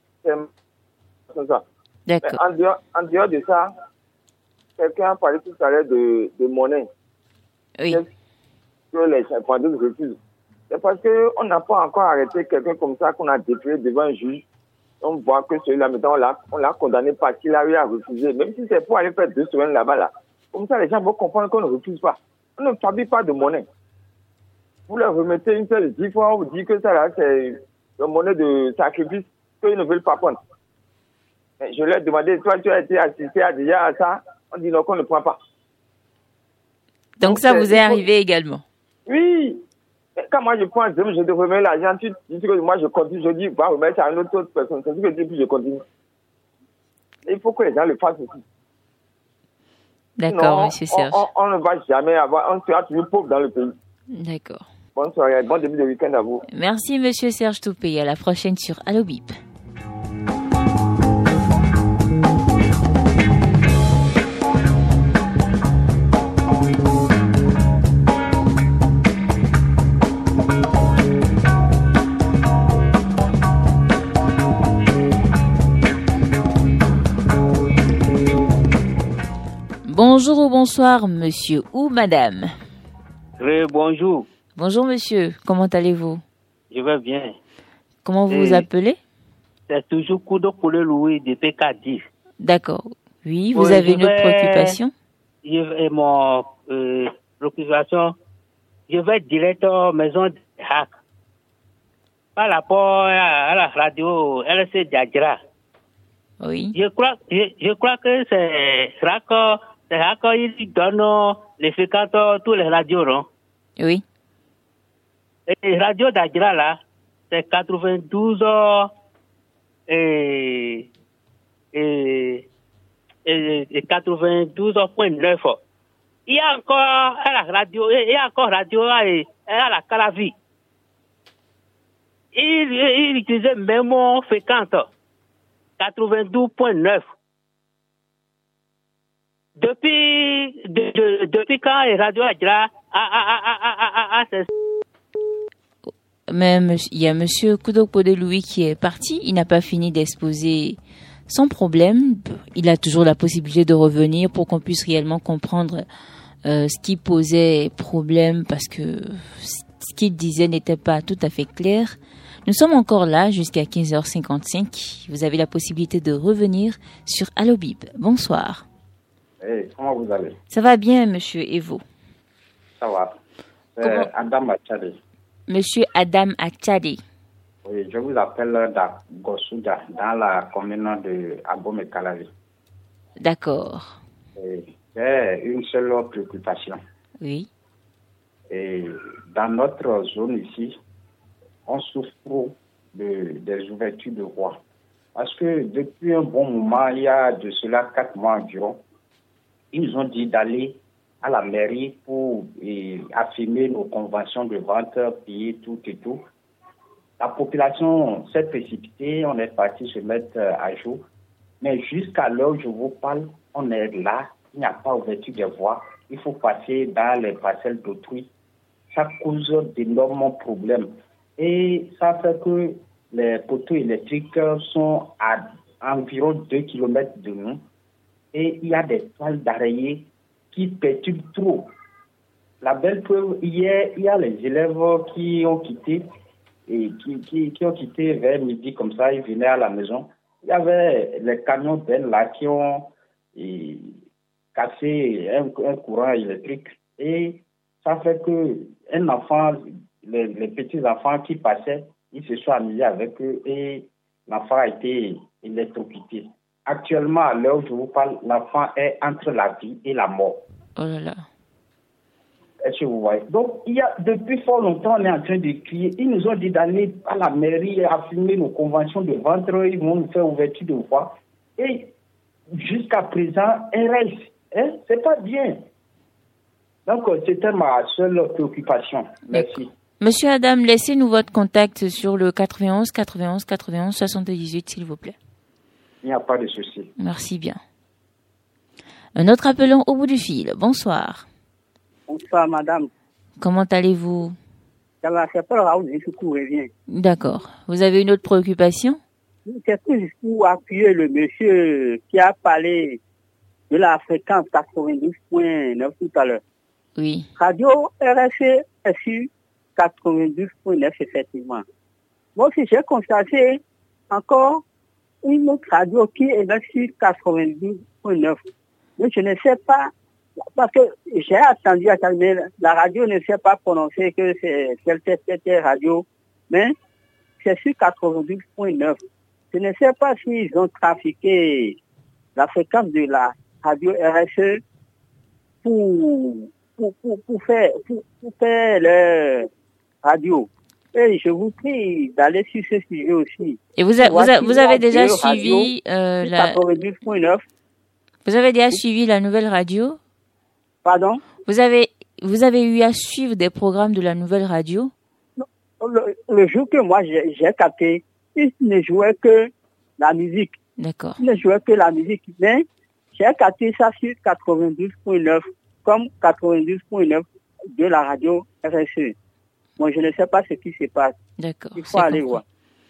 ça. D'accord. En dehors de ça, quelqu'un a parlé tout à l'heure de monnaie. Oui. Que les vendeurs refusent. C'est parce qu'on n'a pas encore arrêté quelqu'un comme ça qu'on a déclaré devant un juge. On voit que celui-là, maintenant, on l'a condamné parce qu'il a eu à refuser. Même si c'est pour aller faire 2 semaines là-bas, là. Comme ça, les gens vont comprendre qu'on ne refuse pas. On ne fabrique pas de monnaie. Vous leur remettez une seule 10 fois, on vous dit que ça, là, c'est une monnaie de sacrifice qu'ils ne veulent pas prendre. Je leur ai demandé, toi, tu as été assisté déjà à ça. On dit non, qu'on ne prend pas. Donc ça vous est arrivé également? Oui. Quand moi je prends, je te remets l'argent, tu dis que moi je continue, je dis, va remettre à une autre personne. C'est ce que je dis, puis je continue. Et il faut que les gens le fassent aussi. D'accord, monsieur Serge. On ne va jamais avoir, on sera toujours pauvre dans le pays. D'accord. Bonne soirée, bon début de week-end à vous. Merci, monsieur Serge Toupé. À la prochaine sur Allo Bip. Bonjour ou bonsoir, monsieur ou madame. Bonjour. Bonjour, monsieur. Comment allez-vous? Je vais bien. Comment vous vous appelez? C'est toujours Kudo Poulet Louis de PK10. D'accord. Oui, vous avez une autre préoccupation? Mon préoccupation, je vais direct à maison de hack. Par rapport à la radio LC Diagra. Oui. Je crois que c'est raccord, il donne les fréquences tous les radios, non? Oui. Et radio d'Agra, là, c'est 92 et 92.9. Il y a encore à la radio, et à la Calavi. Il utilisait même fréquence 92.9. Depuis quand les radios Agra Mais il y a monsieur Koudokpodé Louis qui est parti. Il n'a pas fini d'exposer son problème. Il a toujours la possibilité de revenir pour qu'on puisse réellement comprendre ce qui posait problème, parce que ce qu'il disait n'était pas tout à fait clair. Nous sommes encore là jusqu'à 15h55. Vous avez la possibilité de revenir sur Allo Bip. Bonsoir. Hey, comment vous allez? Ça va bien, monsieur, et vous? Ça va. C'est Adam Achadi. Monsieur Adam Achadi. Oui, je vous appelle d'Gossouda, dans la commune de Abomey-Calavi. D'accord. J'ai une seule préoccupation. Oui. Et dans notre zone ici, on souffre trop des ouvertures de voies. Parce que depuis un bon moment, il y a de cela 4 mois environ, ils nous ont dit d'aller à la mairie pour affirmer nos conventions de vente, payer tout et tout. La population s'est précipitée, on est parti se mettre à jour. Mais jusqu'à l'heure où je vous parle, on est là, il n'y a pas ouverture de voies. Il faut passer dans les parcelles d'autrui. Ça cause d'énormes problèmes. Et ça fait que les poteaux électriques sont à environ 2 km de nous. Et il y a des toiles d'araignée qui perturbent trop. La belle preuve, hier, il y a les élèves qui ont quitté, et qui ont quitté vers midi comme ça, ils venaient à la maison. Il y avait les camions d'elle là qui ont cassé un courant électrique. Et ça fait que un enfant, les petits enfants qui passaient, ils se sont amusés avec eux et l'enfant a été électrocuté. Actuellement, à l'heure où je vous parle, l'enfant est entre la vie et la mort. Oh là là. Est-ce que vous voyez? Donc, depuis fort longtemps, on est en train de crier. Ils nous ont dit d'aller à la mairie et affirmer nos conventions de vente. Ils vont nous faire ouverture de voie. Et jusqu'à présent, elle reste. C'est pas bien. Donc, c'était ma seule préoccupation. Merci. Monsieur Adam, laissez-nous votre contact sur le 91 91 91 78, s'il vous plaît. Il n'y a pas de souci. Merci bien. Un autre appelant au bout du fil. Bonsoir. Bonsoir, madame. Comment allez-vous? Ça va, c'est pas Raoul, je revient. D'accord. Vous avez une autre préoccupation? C'est tout juste pour appuyer le monsieur qui a parlé de la fréquence 92.9 tout à l'heure. Oui. Radio RSC est sur 92.9, effectivement. Moi aussi, j'ai constaté encore une autre radio qui est là sur 92.9. Mais je ne sais pas, parce que j'ai attendu, mais la radio ne s'est pas prononcée que c'est telle radio, mais c'est sur 92.9. Je ne sais pas s'ils ont trafiqué la fréquence de la radio RSE pour faire leur radio. Et je vous prie d'aller sur ce sujet aussi. Et vous avez déjà suivi la 92.9. Vous avez déjà suivi la nouvelle radio? Pardon? Vous avez eu à suivre des programmes de la nouvelle radio? Non, le jour que moi j'ai capté, il ne jouait que la musique. D'accord. Il ne jouait que la musique. Mais j'ai capté ça sur 92.9, comme 92.9 de la radio RSE. Moi, je ne sais pas ce qui se passe. D'accord. Il faut aller voir.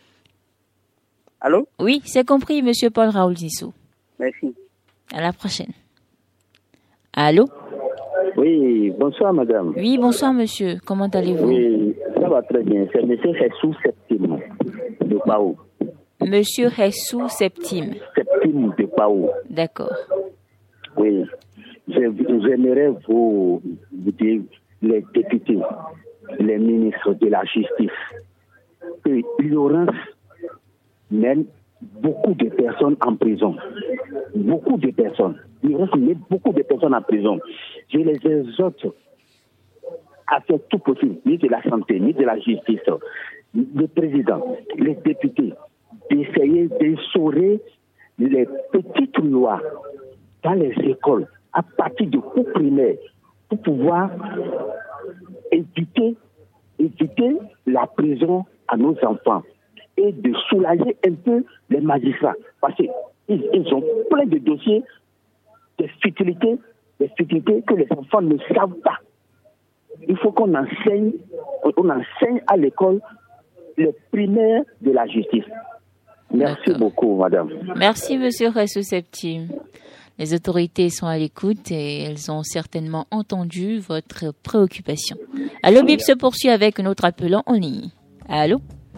Allô? Oui, c'est compris, monsieur Paul Raoul Zissou. Merci. À la prochaine. Allô? Oui, bonsoir madame. Oui, bonsoir monsieur. Comment allez-vous? Oui, ça va très bien. C'est monsieur Hessou Septime de Pau. Monsieur Hessou Septime. Septime de Pau. D'accord. Oui, j'aimerais vous dire, les députés, les ministres de la justice, que l'ignorance mène beaucoup de personnes en prison. Beaucoup de personnes. L'ignorance mène beaucoup de personnes en prison. Je les exhorte à faire tout possible, ni de la santé, ni de la justice, le président, les députés, d'essayer d'instaurer les petites lois dans les écoles, à partir de cours primaires, pour pouvoir éviter la prison à nos enfants et de soulager un peu les magistrats. Parce qu'ils ont plein de dossiers, des futilités que les enfants ne savent pas. Il faut qu'on enseigne à l'école les primaires de la justice. Merci beaucoup, madame. Merci, monsieur Hessou Septime. Les autorités sont à l'écoute et elles ont certainement entendu votre préoccupation. Allô, Bip se poursuit avec un autre appelant en ligne. Allô?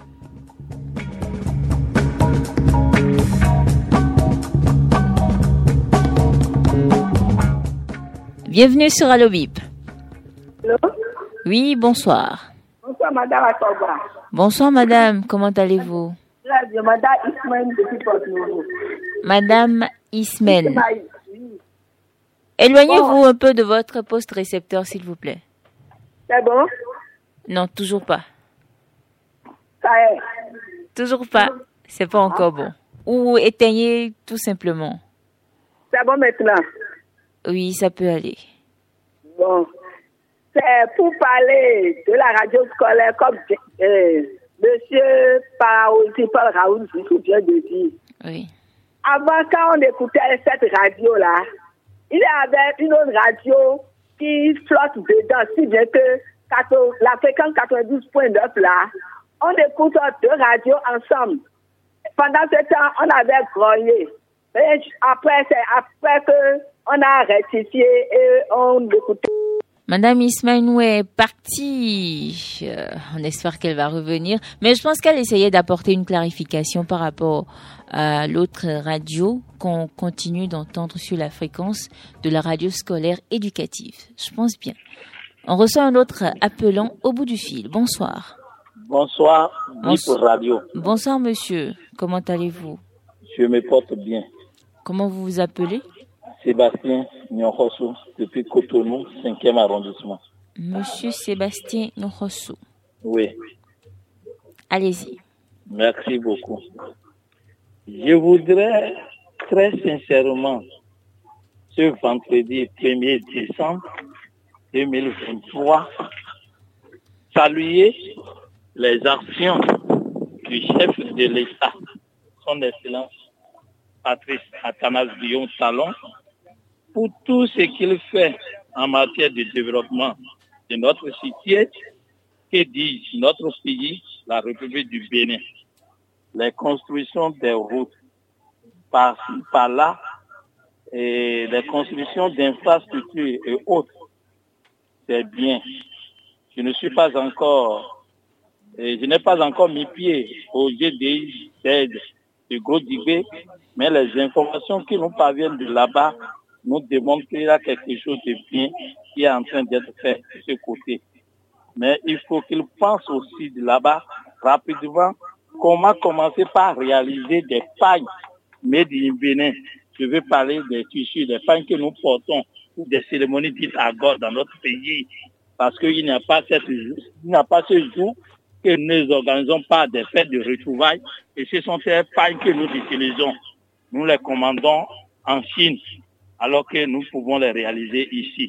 Bienvenue sur Allo Bip. Allô? Oui, bonsoir. Bonsoir, madame Atoba. Bonsoir, madame. Comment allez-vous? Madame Ismaël depuis Porto-Novo. Madame Ismaël. Éloignez-vous un peu de votre poste récepteur, s'il vous plaît. C'est bon? Non, toujours pas. Ça est. Toujours pas. C'est pas encore bon. Ou éteignez tout simplement. C'est bon maintenant? Oui, ça peut aller. Bon. C'est pour parler de la radio scolaire comme monsieur Paul Raoul vient de dire. Oui. Avant, quand on écoutait cette radio-là, il y avait une autre radio qui flotte dedans, si bien que la fréquence 92.9 là, on écoute deux radios ensemble. Pendant ce temps, on avait grogné. Mais après, c'est après qu'on a rectifié et on écoutait. Madame Ismaïnou est partie. On espère qu'elle va revenir. Mais je pense qu'elle essayait d'apporter une clarification par rapport à l'autre radio qu'on continue d'entendre sur la fréquence de la radio scolaire éducative. Je pense bien. On reçoit un autre appelant au bout du fil. Bonsoir. Bonsoir, Bip Radio. Bonsoir, monsieur. Comment allez-vous? Je me porte bien. Comment vous vous appelez? Sébastien Nyonhosso, depuis Cotonou, 5e arrondissement. Monsieur Sébastien Nyonhosso. Oui. Allez-y. Merci beaucoup. Je voudrais très sincèrement, ce vendredi 1er décembre 2023, saluer les actions du chef de l'État, son Excellence Patrice Athanase Guillaume Talon, pour tout ce qu'il fait en matière de développement de notre cité, que dit notre pays, la République du Bénin. Les constructions des routes par-ci, par-là, et les constructions d'infrastructures et autres, c'est bien. Je n'ai pas encore mis pied au GDI d'aide du Gros Dibé, mais les informations qui nous parviennent de là-bas nous démontrent qu'il y a quelque chose de bien qui est en train d'être fait de ce côté. Mais il faut qu'il pense aussi de là-bas rapidement comment commencer par réaliser des pagnes made in Bénin. Je veux parler des tissus, des pagnes que nous portons pour des cérémonies dites à God dans notre pays. Parce qu'il n'y a pas ce jour que nous n'organisons pas des fêtes de retrouvailles. Et ce sont ces pagnes que nous utilisons. Nous les commandons en Chine, alors que nous pouvons les réaliser ici.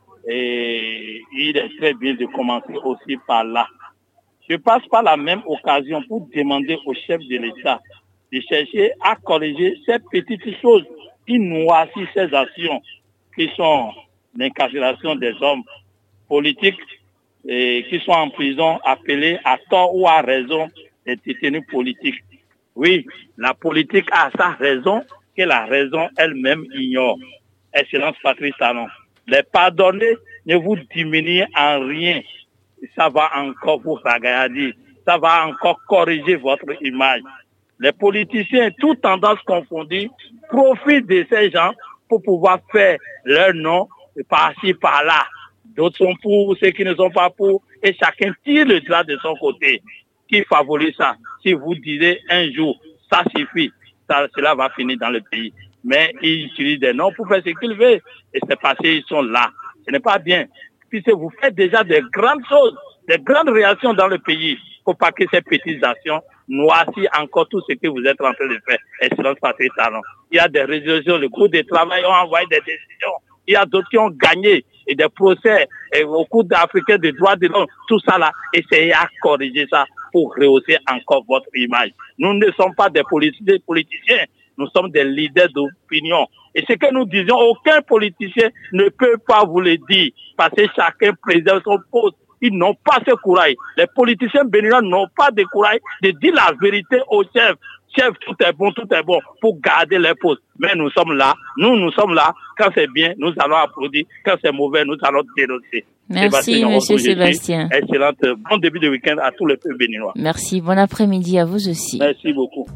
Et il est très bien de commencer aussi par là. Je passe par la même occasion pour demander au chef de l'État de chercher à corriger ces petites choses qui noircissent ces actions, qui sont l'incarcération des hommes politiques et qui sont en prison appelés à tort ou à raison des détenus politiques. Oui, la politique a sa raison que la raison elle-même ignore. Excellence Patrice Talon, les pardonner ne vous diminue en rien. Ça va encore vous ragaillardir. Ça va encore corriger votre image. Les politiciens, toutes tendances confondues, profitent de ces gens pour pouvoir faire leur nom par-ci, par-là. D'autres sont pour, ceux qui ne sont pas pour, et chacun tire le drap de son côté. Qui favorise ça? Si vous disiez un jour, ça suffit, cela va finir dans le pays. Mais ils utilisent des noms pour faire ce qu'ils veulent. Et c'est parce qu'ils sont là. Ce n'est pas bien. Puisque vous faites déjà des grandes choses, des grandes réactions dans le pays. Faut pas que ces petites actions noircissent encore tout ce que vous êtes en train de faire. Excellence Patrice Talon. Il y a des résolutions, le groupe de travail ont envoyé des décisions. Il y a d'autres qui ont gagné et des procès et au cours d'Africains des droits de l'homme. Tout ça là, essayez à corriger ça pour rehausser encore votre image. Nous ne sommes pas des politiciens, nous sommes des leaders d'opinion. Et ce que nous disons, aucun politicien ne peut pas vous le dire parce que chacun présente son poste. Ils n'ont pas ce courage. Les politiciens béninois n'ont pas de courage de dire la vérité aux chefs. Chef, tout est bon, pour garder les postes. Mais nous sommes là. Nous sommes là. Quand c'est bien, nous allons applaudir. Quand c'est mauvais, nous allons dénoncer. Merci, Monsieur Sébastien. Excellente. Bon début de week-end à tous les peuples béninois. Merci. Bon après-midi à vous aussi. Merci beaucoup.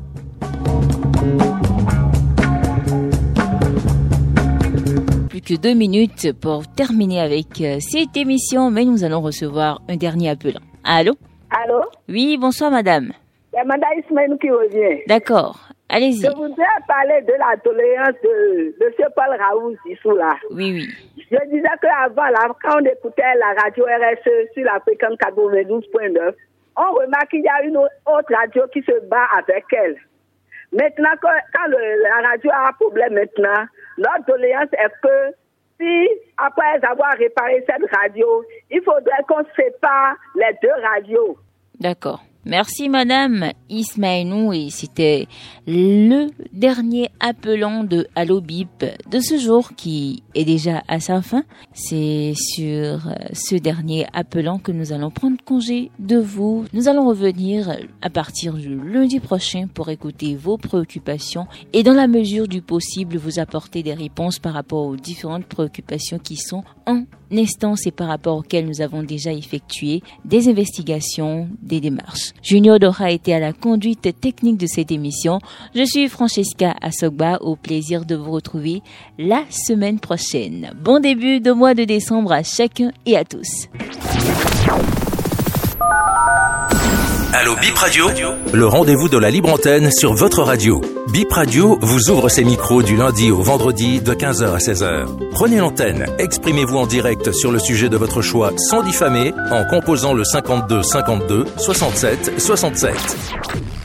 Plus que 2 minutes pour terminer avec cette émission, mais nous allons recevoir un dernier appelant. Allô? Allô? Oui, bonsoir madame. C'est Madame Ismaël qui revient. D'accord, allez-y. Je voudrais parler de la tolérance de M. Paul Raoult Sissou là. Oui. Je disais qu'avant, là, quand on écoutait la radio RSE sur la fréquence 92.9, on remarque qu'il y a une autre radio qui se bat avec elle. Maintenant, quand la radio a un problème maintenant, notre doléance est que si, après avoir réparé cette radio, il faudrait qu'on sépare les deux radios. D'accord. Merci Madame Ismaënou et c'était le dernier appelant de Allo Bip de ce jour qui est déjà à sa fin. C'est sur ce dernier appelant que nous allons prendre congé de vous. Nous allons revenir à partir du lundi prochain pour écouter vos préoccupations et dans la mesure du possible vous apporter des réponses par rapport aux différentes préoccupations qui sont en instance et par rapport auxquelles nous avons déjà effectué des investigations, des démarches. Junior Dora était à la conduite technique de cette émission. Je suis Francesca Assogba, au plaisir de vous retrouver la semaine prochaine. Bon début de mois de décembre à chacun et à tous. Allo Bip Radio, le rendez-vous de la libre antenne sur votre radio. Bip Radio vous ouvre ses micros du lundi au vendredi de 15h à 16h. Prenez l'antenne, exprimez-vous en direct sur le sujet de votre choix sans diffamer en composant le 52 52 67 67.